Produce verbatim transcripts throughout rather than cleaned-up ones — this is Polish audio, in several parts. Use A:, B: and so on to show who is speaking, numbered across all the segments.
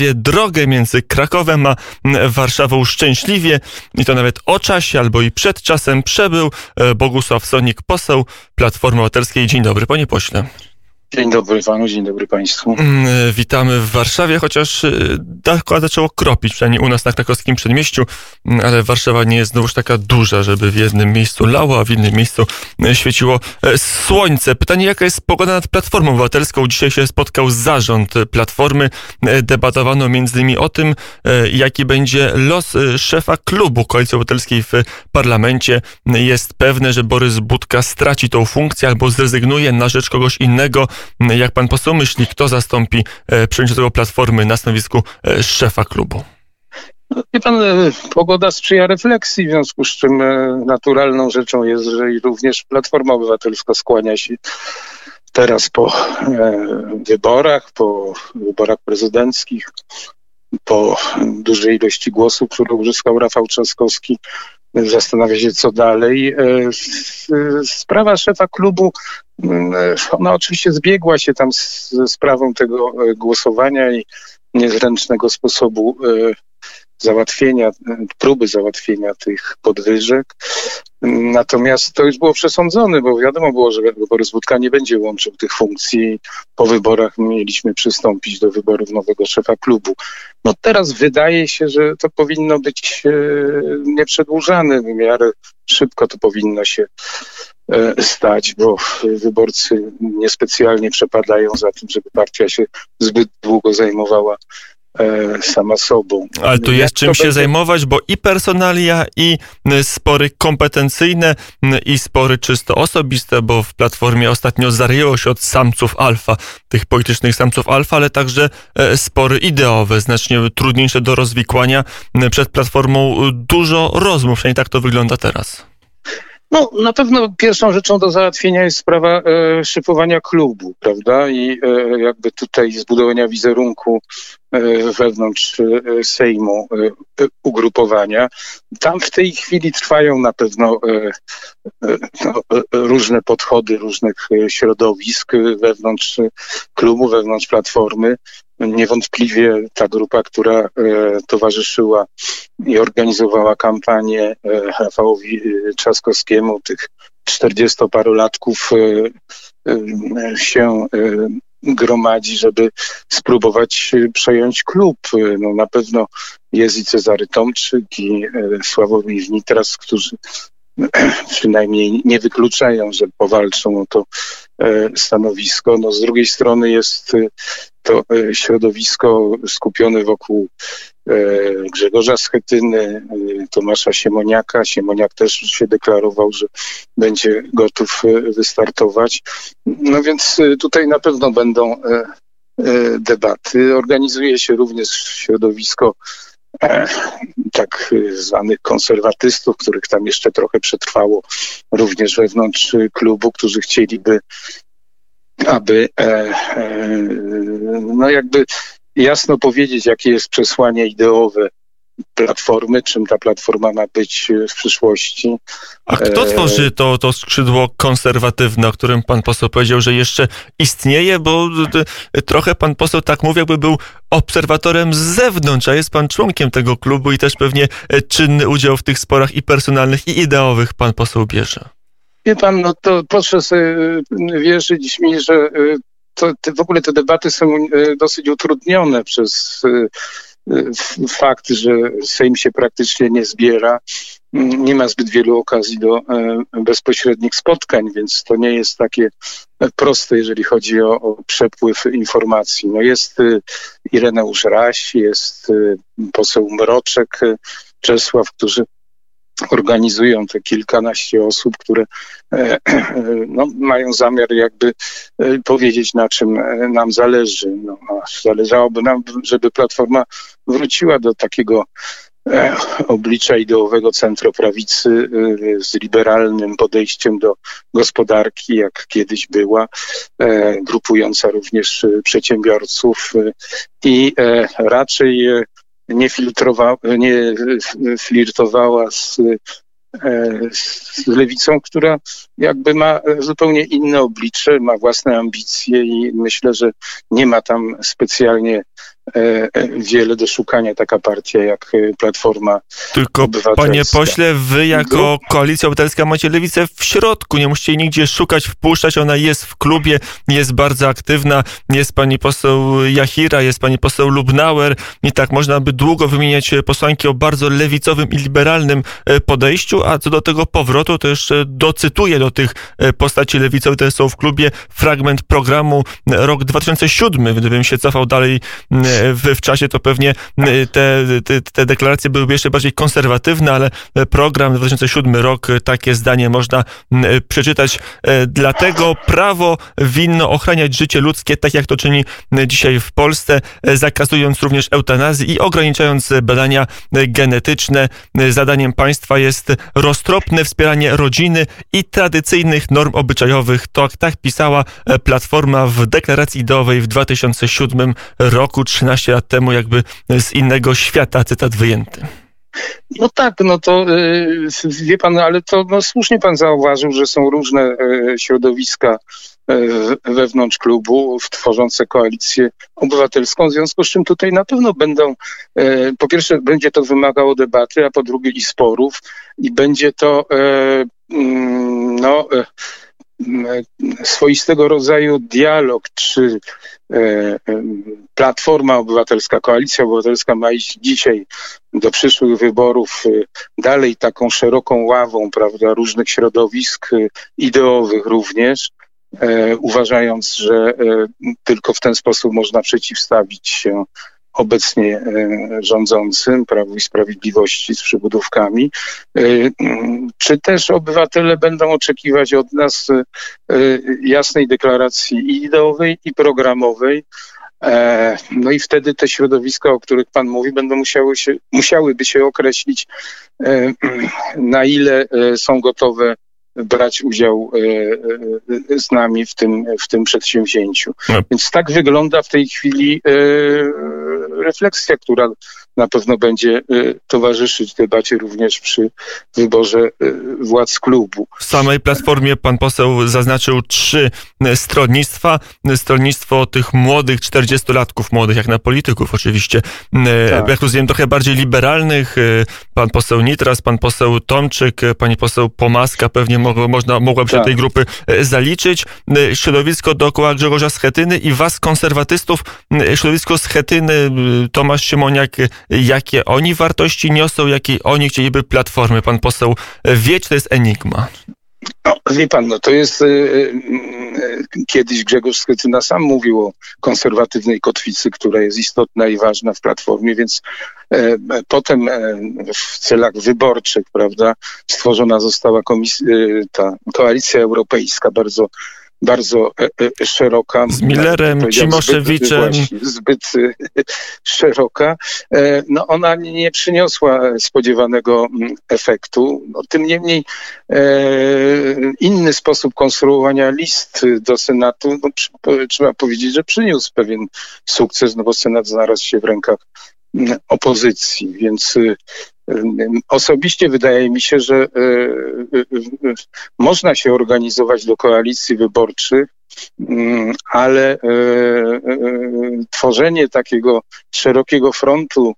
A: Drogę między Krakowem a Warszawą szczęśliwie i to nawet o czasie albo i przed czasem przebył Bogusław Sonik, poseł Platformy Obywatelskiej. Dzień dobry, panie pośle.
B: Dzień dobry panu, dzień dobry państwu.
A: Witamy w Warszawie, chociaż zaczęło kropić, przynajmniej u nas na krakowskim przedmieściu, ale Warszawa nie jest znowuż taka duża, żeby w jednym miejscu lało, a w innym miejscu świeciło słońce. Pytanie, jaka jest pogoda nad Platformą Obywatelską? Dzisiaj się spotkał zarząd Platformy. Debatowano między innymi o tym, jaki będzie los szefa klubu Koalicji Obywatelskiej w parlamencie. Jest pewne, że Borys Budka straci tą funkcję albo zrezygnuje na rzecz kogoś innego. Jak pan poseł myśli, kto zastąpi przewodniczącego Platformy na stanowisku szefa klubu?
B: Wie pan, pogoda sprzyja refleksji, w związku z czym naturalną rzeczą jest, że również Platforma Obywatelska skłania się teraz po wyborach, po wyborach prezydenckich, po dużej ilości głosów, które uzyskał Rafał Trzaskowski, zastanawia się, co dalej. Sprawa szefa klubu, ona oczywiście zbiegła się tam ze sprawą tego głosowania i niezręcznego sposobu załatwienia, próby załatwienia tych podwyżek. Natomiast to już było przesądzone, bo wiadomo było, że Borys Budka nie będzie łączył tych funkcji. Po wyborach mieliśmy przystąpić do wyborów nowego szefa klubu. No teraz wydaje się, że to powinno być nieprzedłużane. W miarę szybko to powinno się stać, bo wyborcy niespecjalnie przepadają za tym, żeby partia się zbyt długo zajmowała sama sobą.
A: Ale tu jest czym się zajmować, bo i personalia, i spory kompetencyjne, i spory czysto osobiste, bo w Platformie ostatnio zajęło się od samców alfa, tych politycznych samców alfa, ale także spory ideowe, znacznie trudniejsze do rozwikłania. Przed Platformą dużo rozmów, przynajmniej tak to wygląda teraz.
B: No, na pewno pierwszą rzeczą do załatwienia jest sprawa e, szyfowania klubu, prawda? I e, jakby tutaj zbudowania wizerunku e, wewnątrz e, Sejmu, e, ugrupowania. Tam w tej chwili trwają na pewno e, e, no, różne podchody różnych środowisk wewnątrz klubu, wewnątrz Platformy. Niewątpliwie ta grupa, która e, towarzyszyła i organizowała kampanię e, Rafałowi Trzaskowskiemu, tych czterdziestoparolatków e, e, się e, gromadzi, żeby spróbować przejąć klub. No, na pewno jest i Cezary Tomczyk, i e, Sławomir Nitras, którzy przynajmniej nie wykluczają, że powalczą o to stanowisko. No, z drugiej strony jest to środowisko skupione wokół Grzegorza Schetyny, Tomasza Siemoniaka. Siemoniak też się deklarował, że będzie gotów wystartować. No więc tutaj na pewno będą debaty. Organizuje się również środowisko tak zwanych konserwatystów, których tam jeszcze trochę przetrwało również wewnątrz klubu, którzy chcieliby, aby e, e, no jakby jasno powiedzieć, jakie jest przesłanie ideowe Platformy, czym ta Platforma ma być w przyszłości.
A: A kto tworzy to, to skrzydło konserwatywne, o którym pan poseł powiedział, że jeszcze istnieje? Bo trochę pan poseł tak mówi, jakby był obserwatorem z zewnątrz, a jest pan członkiem tego klubu i też pewnie czynny udział w tych sporach i personalnych, i ideowych pan poseł bierze.
B: Wie pan, no to proszę sobie wierzyć mi, że to, te, w ogóle te debaty są dosyć utrudnione przez fakt, że Sejm się praktycznie nie zbiera. Nie ma zbyt wielu okazji do bezpośrednich spotkań, więc to nie jest takie proste, jeżeli chodzi o, o przepływ informacji. No jest Ireneusz Raś, jest poseł Mroczek, Czesław, którzy organizują te kilkanaście osób, które no, mają zamiar jakby powiedzieć, na czym nam zależy. No, zależałoby nam, żeby Platforma wróciła do takiego oblicza ideowego centroprawicy z liberalnym podejściem do gospodarki, jak kiedyś była, grupująca również przedsiębiorców i raczej nie filtrowała, nie flirtowała z, z lewicą, która jakby ma zupełnie inne oblicze, ma własne ambicje i myślę, że nie ma tam specjalnie wiele do szukania taka partia jak Platforma
A: Tylko,
B: Obywatelska.
A: panie pośle, wy jako Koalicja Obywatelska macie lewicę w środku, nie musicie jej nigdzie szukać, wpuszczać, ona jest w klubie, jest bardzo aktywna, jest pani poseł Jachira, jest pani poseł Lubnauer i tak można by długo wymieniać posłanki o bardzo lewicowym i liberalnym podejściu, a co do tego powrotu, to jeszcze docytuję do tych postaci lewicowych, które są w klubie, fragment programu rok dwa tysiące siódmy, gdybym się cofał dalej w, w czasie, to pewnie te, te, te deklaracje byłyby jeszcze bardziej konserwatywne, ale program dwa tysiące siódmy rok, takie zdanie można przeczytać. Dlatego prawo winno ochraniać życie ludzkie, tak jak to czyni dzisiaj w Polsce, zakazując również eutanazji i ograniczając badania genetyczne. Zadaniem państwa jest roztropne wspieranie rodziny i tradycyjnych norm obyczajowych. To tak pisała Platforma w deklaracji ideowej w dwa tysiące siódmym roku, trzynaście lat temu, jakby z innego świata, cytat wyjęty.
B: No tak, no to yy, wie pan, ale to no, słusznie pan zauważył, że są różne yy, środowiska yy, wewnątrz klubu tworzące koalicję obywatelską, w związku z czym tutaj na pewno będą, yy, po pierwsze będzie to wymagało debaty, a po drugie i sporów i będzie to yy, yy, no yy, swoistego rodzaju dialog, czy Platforma Obywatelska, Koalicja Obywatelska ma iść dzisiaj do przyszłych wyborów dalej taką szeroką ławą, prawda, różnych środowisk ideowych również, uważając, że tylko w ten sposób można przeciwstawić się obecnie rządzącym Prawu i Sprawiedliwości z przybudówkami. Czy też obywatele będą oczekiwać od nas jasnej deklaracji i ideowej, i programowej? No i wtedy te środowiska, o których pan mówi, będą musiały się, musiałyby się określić, na ile są gotowe brać udział z nami w tym, w tym przedsięwzięciu. No. Więc tak wygląda w tej chwili refleksja, która na pewno będzie towarzyszyć debacie również przy wyborze władz klubu.
A: W samej Platformie pan poseł zaznaczył trzy stronnictwa. Stronnictwo tych młodych, czterdziestolatków młodych, jak na polityków oczywiście. Tak. Jak rozumiem, trochę bardziej liberalnych. Pan poseł Nitras, pan poseł Tomczyk, pani poseł Pomaska pewnie mogło, można, mogłaby się tak. tej grupy zaliczyć. Środowisko dookoła Grzegorza Schetyny i was, konserwatystów, środowisko Schetyny, Tomasz Siemoniak, jakie oni wartości niosą, jakiej oni chcieliby Platformy? Pan poseł wie, czy to jest enigma?
B: No, wie pan, no to jest... Yy, yy, kiedyś Grzegorz Schetyna sam mówił o konserwatywnej kotwicy, która jest istotna i ważna w Platformie, więc yy, potem yy, w celach wyborczych, prawda, stworzona została komis- yy, ta koalicja europejska, bardzo bardzo e, e, szeroka.
A: Z Millerem, Cimoszewiczem.
B: Zbyt, zbyt e, szeroka. E, no ona nie przyniosła spodziewanego efektu. No, tym niemniej e, inny sposób konstruowania list do Senatu, no, przy, trzeba powiedzieć, że przyniósł pewien sukces, no bo Senat znalazł się w rękach opozycji, więc osobiście wydaje mi się, że można się organizować do koalicji wyborczych, ale tworzenie takiego szerokiego frontu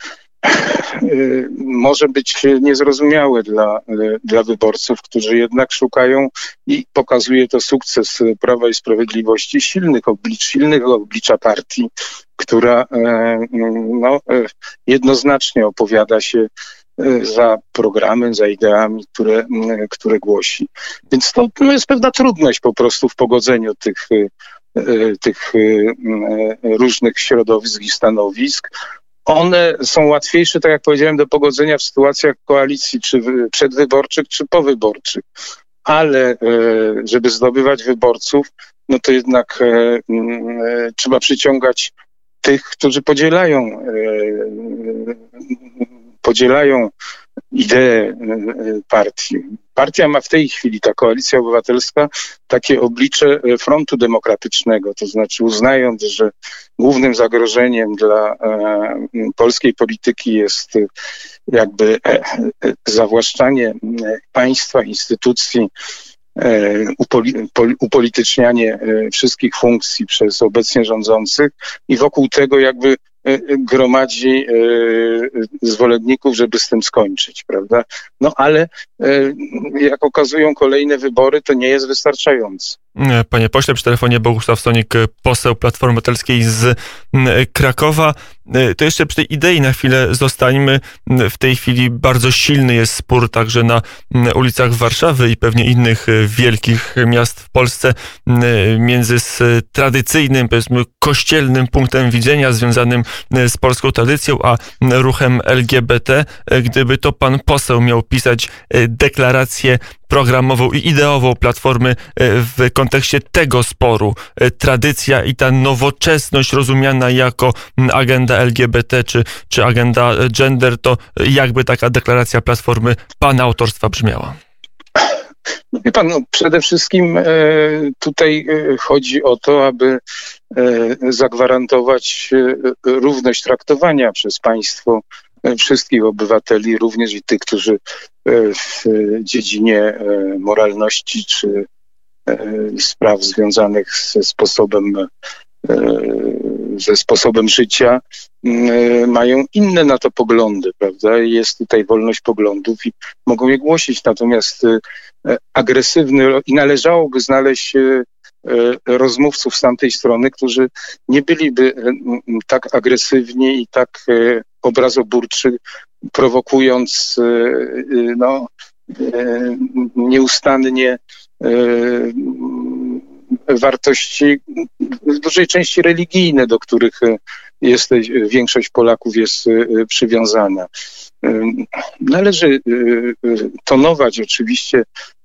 B: może być niezrozumiałe dla, dla wyborców, którzy jednak szukają, i pokazuje to sukces Prawa i Sprawiedliwości, silnych oblicz, silnego oblicza partii, która no, jednoznacznie opowiada się za programem, za ideami, które, które głosi. Więc to no, jest pewna trudność po prostu w pogodzeniu tych, tych różnych środowisk i stanowisk. One są łatwiejsze, tak jak powiedziałem, do pogodzenia w sytuacjach koalicji, czy przedwyborczych, czy powyborczych. Ale żeby zdobywać wyborców, no to jednak trzeba przyciągać tych, którzy podzielają, podzielają idee partii. Partia ma w tej chwili, ta Koalicja Obywatelska, takie oblicze frontu demokratycznego, to znaczy uznając, że głównym zagrożeniem dla e, polskiej polityki jest jakby e, e, zawłaszczanie państwa, instytucji, e, upoli, poli, upolitycznianie e, wszystkich funkcji przez obecnie rządzących i wokół tego jakby gromadzi zwolenników, żeby z tym skończyć, prawda? No ale jak okazują kolejne wybory, to nie jest wystarczające.
A: Panie pośle, przy telefonie Bogusław Sonik, poseł Platformy Obywatelskiej z Krakowa. To jeszcze przy tej idei na chwilę zostańmy. W tej chwili bardzo silny jest spór także na ulicach Warszawy i pewnie innych wielkich miast w Polsce między z tradycyjnym, powiedzmy, kościelnym punktem widzenia związanym z polską tradycją, a ruchem L G B T. Gdyby to pan poseł miał pisać deklarację programową i ideową Platformy w kontekście tego sporu, tradycja i ta nowoczesność rozumiana jako agenda L G B T czy, czy agenda gender, to jakby taka deklaracja Platformy pana autorstwa brzmiała?
B: No wie pan, no przede wszystkim e, tutaj chodzi o to, aby e, zagwarantować e, równość traktowania przez państwo wszystkich obywateli, również i tych, którzy w dziedzinie moralności czy spraw związanych ze sposobem, ze sposobem życia mają inne na to poglądy, prawda? Jest tutaj wolność poglądów i mogą je głosić, natomiast agresywny, i należałoby znaleźć rozmówców z tamtej strony, którzy nie byliby tak agresywni i tak obrazoburczy, prowokując no, nieustannie wartości w dużej części religijne, do których jest, większość Polaków jest przywiązana. Należy tonować oczywiście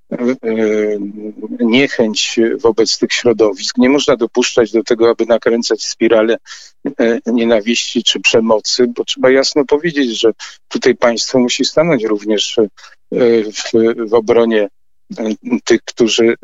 B: niechęć wobec tych środowisk. Nie można dopuszczać do tego, aby nakręcać spiralę nienawiści czy przemocy, bo trzeba jasno powiedzieć, że tutaj państwo musi stanąć również w, w obronie tych, którzy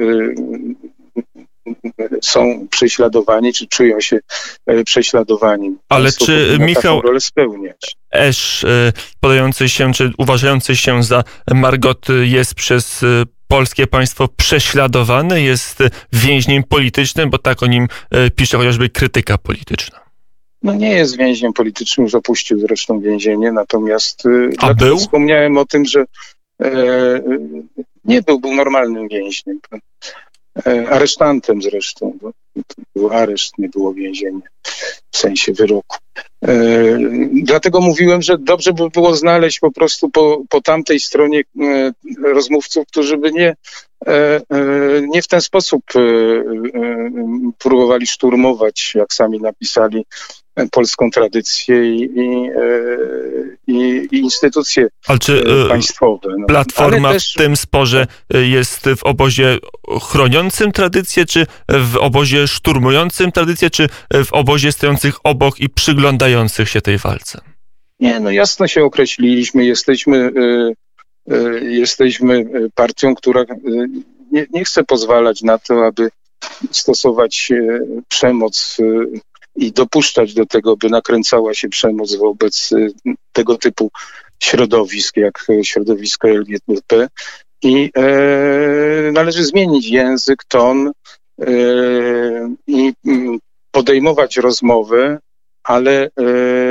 B: są prześladowani, czy czują się prześladowani.
A: Ale państwo czy Michał
B: rolę spełniać.
A: Esz, podający się, czy uważający się za Margot, jest przez polskie państwo prześladowany, jest więźniem politycznym, bo tak o nim pisze chociażby Krytyka Polityczna.
B: No nie jest więźniem politycznym, już opuścił zresztą więzienie, natomiast
A: A był?
B: Wspomniałem o tym, że e, nie był, był normalnym więźniem. E, aresztantem zresztą, bo to był areszt, nie było więzienie w sensie wyroku. E, dlatego mówiłem, że dobrze by było znaleźć po prostu po, po tamtej stronie e, rozmówców, którzy by nie, e, e, nie w ten sposób e, e, próbowali szturmować, jak sami napisali, polską tradycję i, i, i, i instytucje
A: Ale czy
B: państwowe. No.
A: Platforma
B: Ale też...
A: w tym sporze jest w obozie chroniącym tradycję, czy w obozie szturmującym tradycję, czy w obozie stojących obok i przyglądających się tej walce?
B: Nie, no jasno się określiliśmy. Jesteśmy, y, y, jesteśmy partią, która nie, nie chce pozwalać na to, aby stosować przemoc y, i dopuszczać do tego, by nakręcała się przemoc wobec tego typu środowisk, jak środowisko L G B T. I e, należy zmienić język, ton e, i podejmować rozmowy, ale e,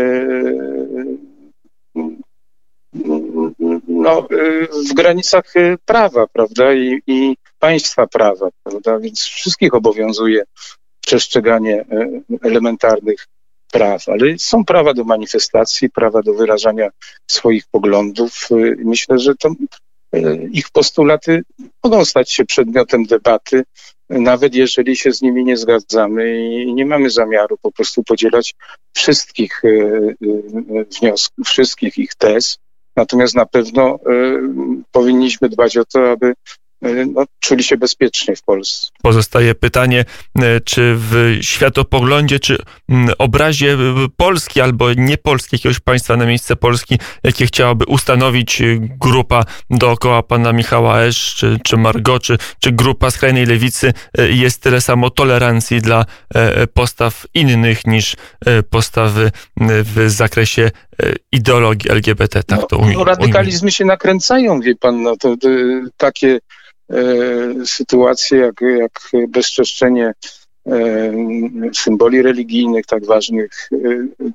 B: no, w granicach prawa, prawda, i, i państwa prawa, prawda, więc wszystkich obowiązuje przestrzeganie elementarnych praw, ale są prawa do manifestacji, prawa do wyrażania swoich poglądów. Myślę, że to ich postulaty mogą stać się przedmiotem debaty, nawet jeżeli się z nimi nie zgadzamy i nie mamy zamiaru po prostu podzielać wszystkich wniosków, wszystkich ich tez. Natomiast na pewno powinniśmy dbać o to, aby no, czuli się bezpiecznie w Polsce.
A: Pozostaje pytanie, czy w światopoglądzie, czy obrazie Polski albo niepolski jakiegoś państwa na miejsce Polski, jakie chciałaby ustanowić grupa dookoła pana Michała Esz, czy, czy Margot, czy, czy grupa skrajnej lewicy, jest tyle samo tolerancji dla postaw innych niż postawy w zakresie ideologii L G B T. Tak
B: no,
A: to ujmę.
B: No, radykalizmy się nakręcają, wie pan, no to, to takie E, sytuacje jak, jak bezczeszczenie e, symboli religijnych tak ważnych e,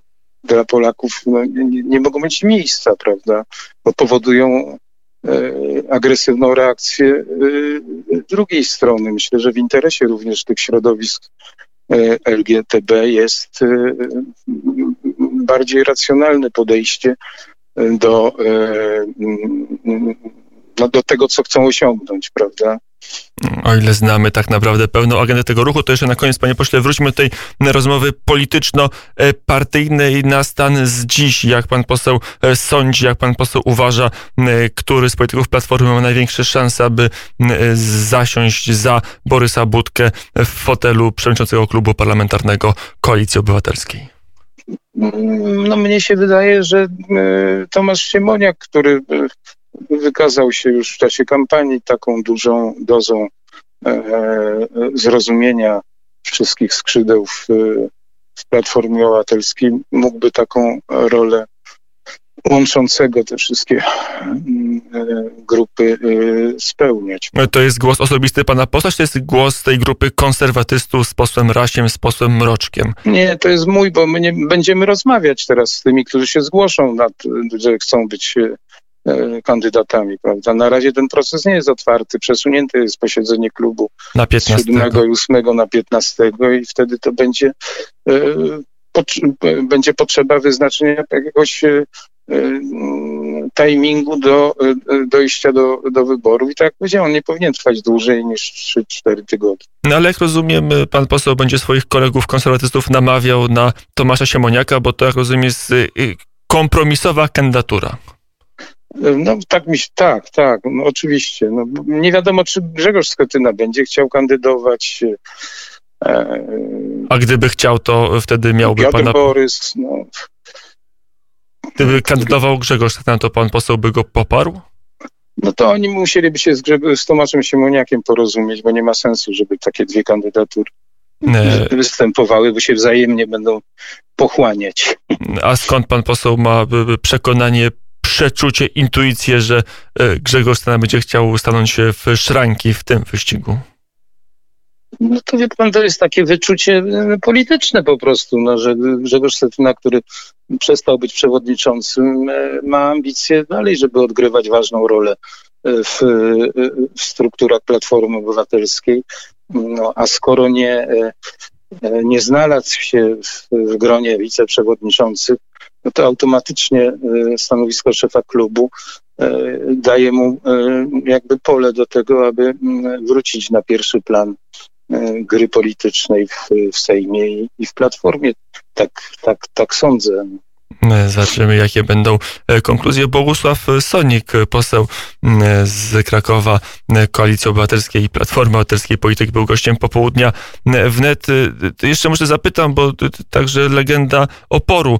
B: dla Polaków no, nie, nie mogą mieć miejsca, prawda? Bo powodują e, agresywną reakcję e, drugiej strony. Myślę, że w interesie również tych środowisk e, L G B T jest e, bardziej racjonalne podejście do, e, no, do tego, co chcą osiągnąć, prawda?
A: O ile znamy tak naprawdę pełną agendę tego ruchu, to jeszcze na koniec, panie pośle, wróćmy do tej rozmowy polityczno-partyjnej na stan z dziś. Jak pan poseł sądzi, jak pan poseł uważa, który z polityków Platformy ma największe szanse, aby zasiąść za Borysa Budkę w fotelu przewodniczącego klubu parlamentarnego Koalicji Obywatelskiej?
B: No mnie się wydaje, że Tomasz Siemoniak, który wykazał się już w czasie kampanii taką dużą dozą e, zrozumienia wszystkich skrzydeł w, w Platformie Obywatelskiej, mógłby taką rolę łączącego te wszystkie e, grupy e, spełniać.
A: To jest głos osobisty pana posła, czy to jest głos tej grupy konserwatystów z posłem Rasiem, z posłem Mroczkiem?
B: Nie, to jest mój, bo my nie będziemy rozmawiać teraz z tymi, którzy się zgłoszą, nad, że chcą być kandydatami, prawda? Na razie ten proces nie jest otwarty, przesunięte jest posiedzenie klubu
A: na piętnastego.
B: z siódmego i ósmego na piętnastego i wtedy to będzie, e, pot, będzie potrzeba wyznaczenia jakiegoś e, timingu do e, dojścia do, do wyborów i tak jak powiedziałem, on nie powinien trwać dłużej niż trzy cztery tygodnie.
A: No ale jak rozumiem, pan poseł będzie swoich kolegów konserwatystów namawiał na Tomasza Siemoniaka, bo to jak rozumiem jest kompromisowa kandydatura.
B: No tak, mi, tak, tak, no, oczywiście. No, nie wiadomo, czy Grzegorz Schetyna będzie chciał kandydować. E,
A: A gdyby chciał, to wtedy miałby
B: Piotr
A: pana...
B: Borys, no.
A: Gdyby kandydował Grzegorz Schetyna, to pan poseł by go poparł?
B: No to oni musieliby się z, Grze- z Tomaszem Siemoniakiem porozumieć, bo nie ma sensu, żeby takie dwie kandydatury nie. występowały, bo się wzajemnie będą pochłaniać.
A: A skąd pan poseł ma przekonanie, przeczucie, intuicję, że Grzegorz Schetyna będzie chciał stanąć w szranki w tym wyścigu?
B: No to wie pan, to jest takie wyczucie polityczne po prostu, no, że Grzegorz Schetyna, który przestał być przewodniczącym, ma ambicje dalej, żeby odgrywać ważną rolę w, w strukturach Platformy Obywatelskiej. No, a skoro nie, nie znalazł się w, w gronie wiceprzewodniczących, no to automatycznie stanowisko szefa klubu daje mu jakby pole do tego, aby wrócić na pierwszy plan gry politycznej w, w Sejmie i, i w Platformie. Tak, tak, tak sądzę.
A: Zobaczymy, jakie będą konkluzje. Bogusław Sonik, poseł z Krakowa, Koalicji Obywatelskiej i Platformy Obywatelskiej, polityk, był gościem popołudnia wnet. Jeszcze może zapytam, bo także legenda oporu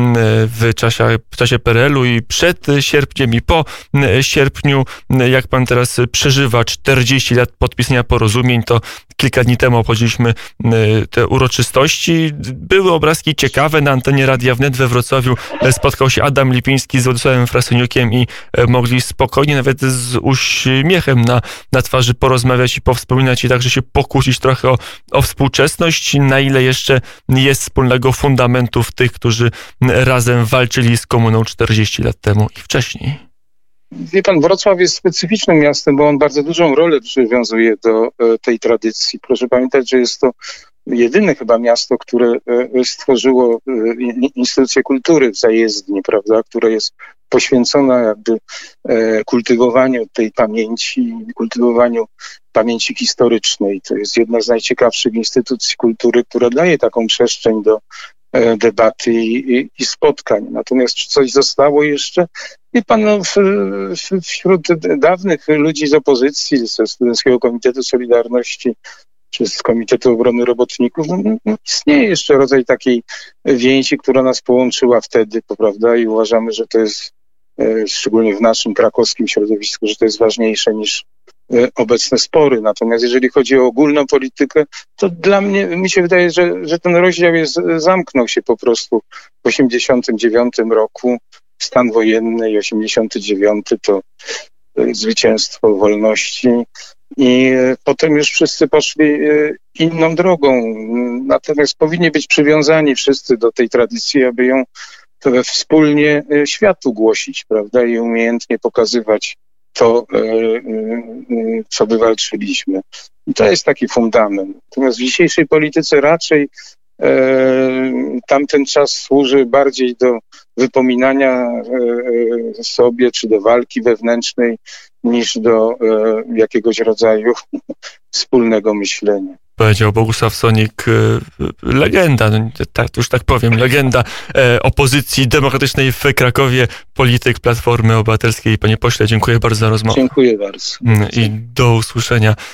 A: w czasie, w czasie P R L u i przed sierpniem i po sierpniu. Jak pan teraz przeżywa czterdzieści lat podpisania porozumień, to kilka dni temu obchodziliśmy te uroczystości. Były obrazki ciekawe. Na antenie Radia Wnet we Wrocławiu spotkał się Adam Lipiński z Władysławem Frasyniukiem i mogli spokojnie, nawet z uśmiechem na, na twarzy porozmawiać i powspominać i także się pokłócić trochę o, o współczesność. Na ile jeszcze jest wspólnego fundamentu w tych, którzy razem walczyli z komuną czterdzieści lat temu i wcześniej?
B: Wie pan, Wrocław jest specyficznym miastem, bo on bardzo dużą rolę przywiązuje do tej tradycji. Proszę pamiętać, że jest to jedyne chyba miasto, które stworzyło instytucję kultury w zajezdni, prawda, która jest poświęcona jakby kultywowaniu tej pamięci, kultywowaniu pamięci historycznej. To jest jedna z najciekawszych instytucji kultury, która daje taką przestrzeń do debaty i, i, i spotkań. Natomiast czy coś zostało jeszcze? Wie pan, no, w, w, wśród dawnych ludzi z opozycji, ze Studenckiego Komitetu Solidarności, czy z Komitetu Obrony Robotników, no, no, istnieje jeszcze rodzaj takiej więzi, która nas połączyła wtedy, prawda, i uważamy, że to jest, e, szczególnie w naszym krakowskim środowisku, że to jest ważniejsze niż e, obecne spory. Natomiast jeżeli chodzi o ogólną politykę, to dla mnie, mi się wydaje, że, że ten rozdział jest, zamknął się po prostu w osiemdziesiątym dziewiątym roku. Stan wojenny i osiemdziesiąty dziewiąty to zwycięstwo wolności I potem już wszyscy poszli inną drogą. Natomiast powinni być przywiązani wszyscy do tej tradycji, aby ją wspólnie światu głosić, prawda? I umiejętnie pokazywać to, co wywalczyliśmy. I to jest taki fundament. Natomiast w dzisiejszej polityce raczej tamten czas służy bardziej do wypominania sobie, czy do walki wewnętrznej, niż do jakiegoś rodzaju wspólnego myślenia.
A: Powiedział Bogusław Sonik, legenda, no, tak, już tak powiem, legenda e, opozycji demokratycznej w Krakowie, polityk Platformy Obywatelskiej. Panie pośle, dziękuję bardzo za rozmowę.
B: Dziękuję bardzo.
A: I do usłyszenia.